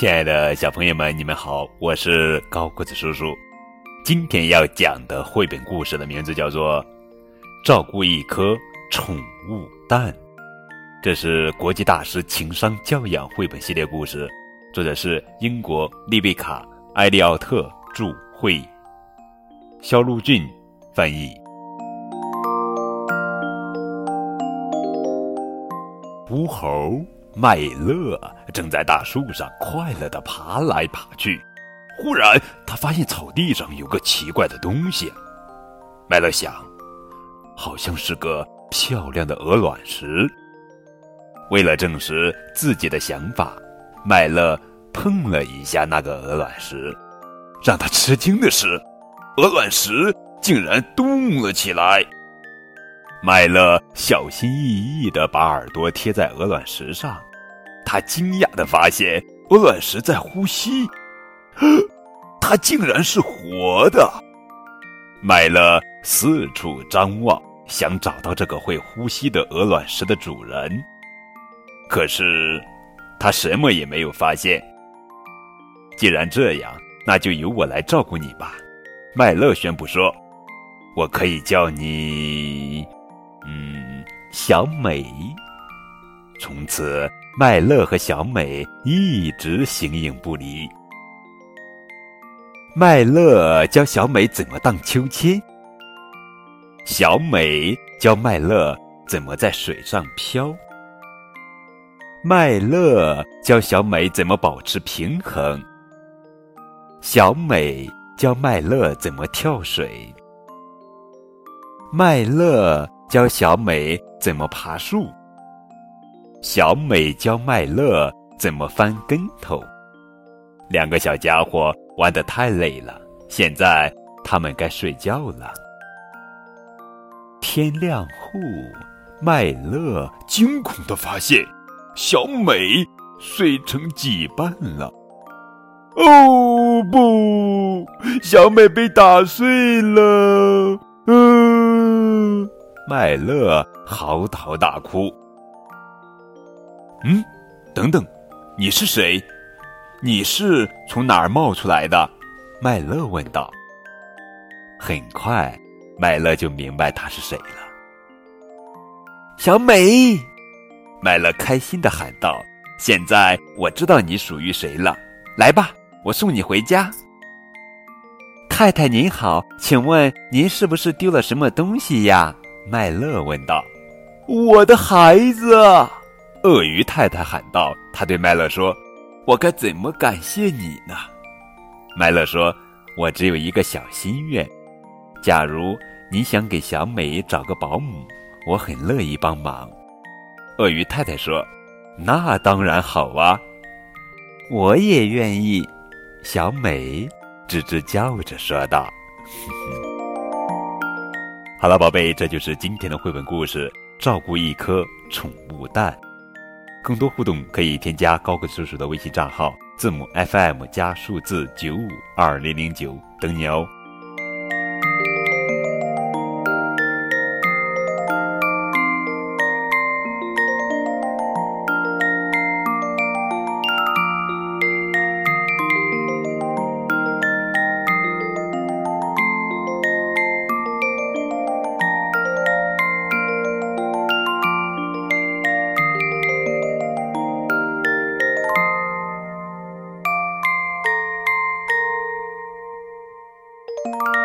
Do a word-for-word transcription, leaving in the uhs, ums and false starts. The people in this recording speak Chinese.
亲爱的小朋友们，你们好，我是高个子叔叔。今天要讲的绘本故事的名字叫做《照顾一颗宠物蛋》，这是国际大师情商教养绘本系列故事，作者是英国丽贝卡·埃利奥特著，绘，肖路俊翻译。狐猴麦乐正在大树上快乐地爬来爬去，忽然他发现草地上有个奇怪的东西。麦乐想，好像是个漂亮的鹅卵石。为了证实自己的想法，麦乐碰了一下那个鹅卵石，让他吃惊的是，鹅卵石竟然动了起来。麦乐小心翼翼地把耳朵贴在鹅卵石上，他惊讶地发现鹅卵石在呼吸，它竟然是活的。麦乐四处张望，想找到这个会呼吸的鹅卵石的主人，可是他什么也没有发现。既然这样，那就由我来照顾你吧，麦乐宣布说，我可以叫你嗯，小美。从此麦乐和小美一直形影不离。麦乐教小美怎么荡秋千，小美教麦乐怎么在水上漂。麦乐教小美怎么保持平衡，小美教麦乐怎么跳水。麦乐教小美怎么爬树，小美教麦乐怎么翻跟头。两个小家伙玩得太累了，现在他们该睡觉了。天亮后，麦乐惊恐地发现小美睡成几瓣了。哦不，小美被打碎了。嗯，麦乐嚎啕大哭。嗯，等等，你是谁？你是从哪儿冒出来的？麦乐问道。很快，麦乐就明白他是谁了。小美！麦乐开心地喊道，现在我知道你属于谁了，来吧，我送你回家。太太您好，请问您是不是丢了什么东西呀？麦乐问道。我的孩子！鳄鱼太太喊道，她对麦乐说，我该怎么感谢你呢？麦乐说，我只有一个小心愿，假如你想给小美找个保姆，我很乐意帮忙。鳄鱼太太说，那当然好啊，我也愿意。小美吱吱叫着说道。好了，宝贝，这就是今天的绘本故事，照顾一颗宠物蛋。更多互动可以添加高个叔叔的微信账号，字母 F M 加数字九五二零零九，等你哦。 Thank you.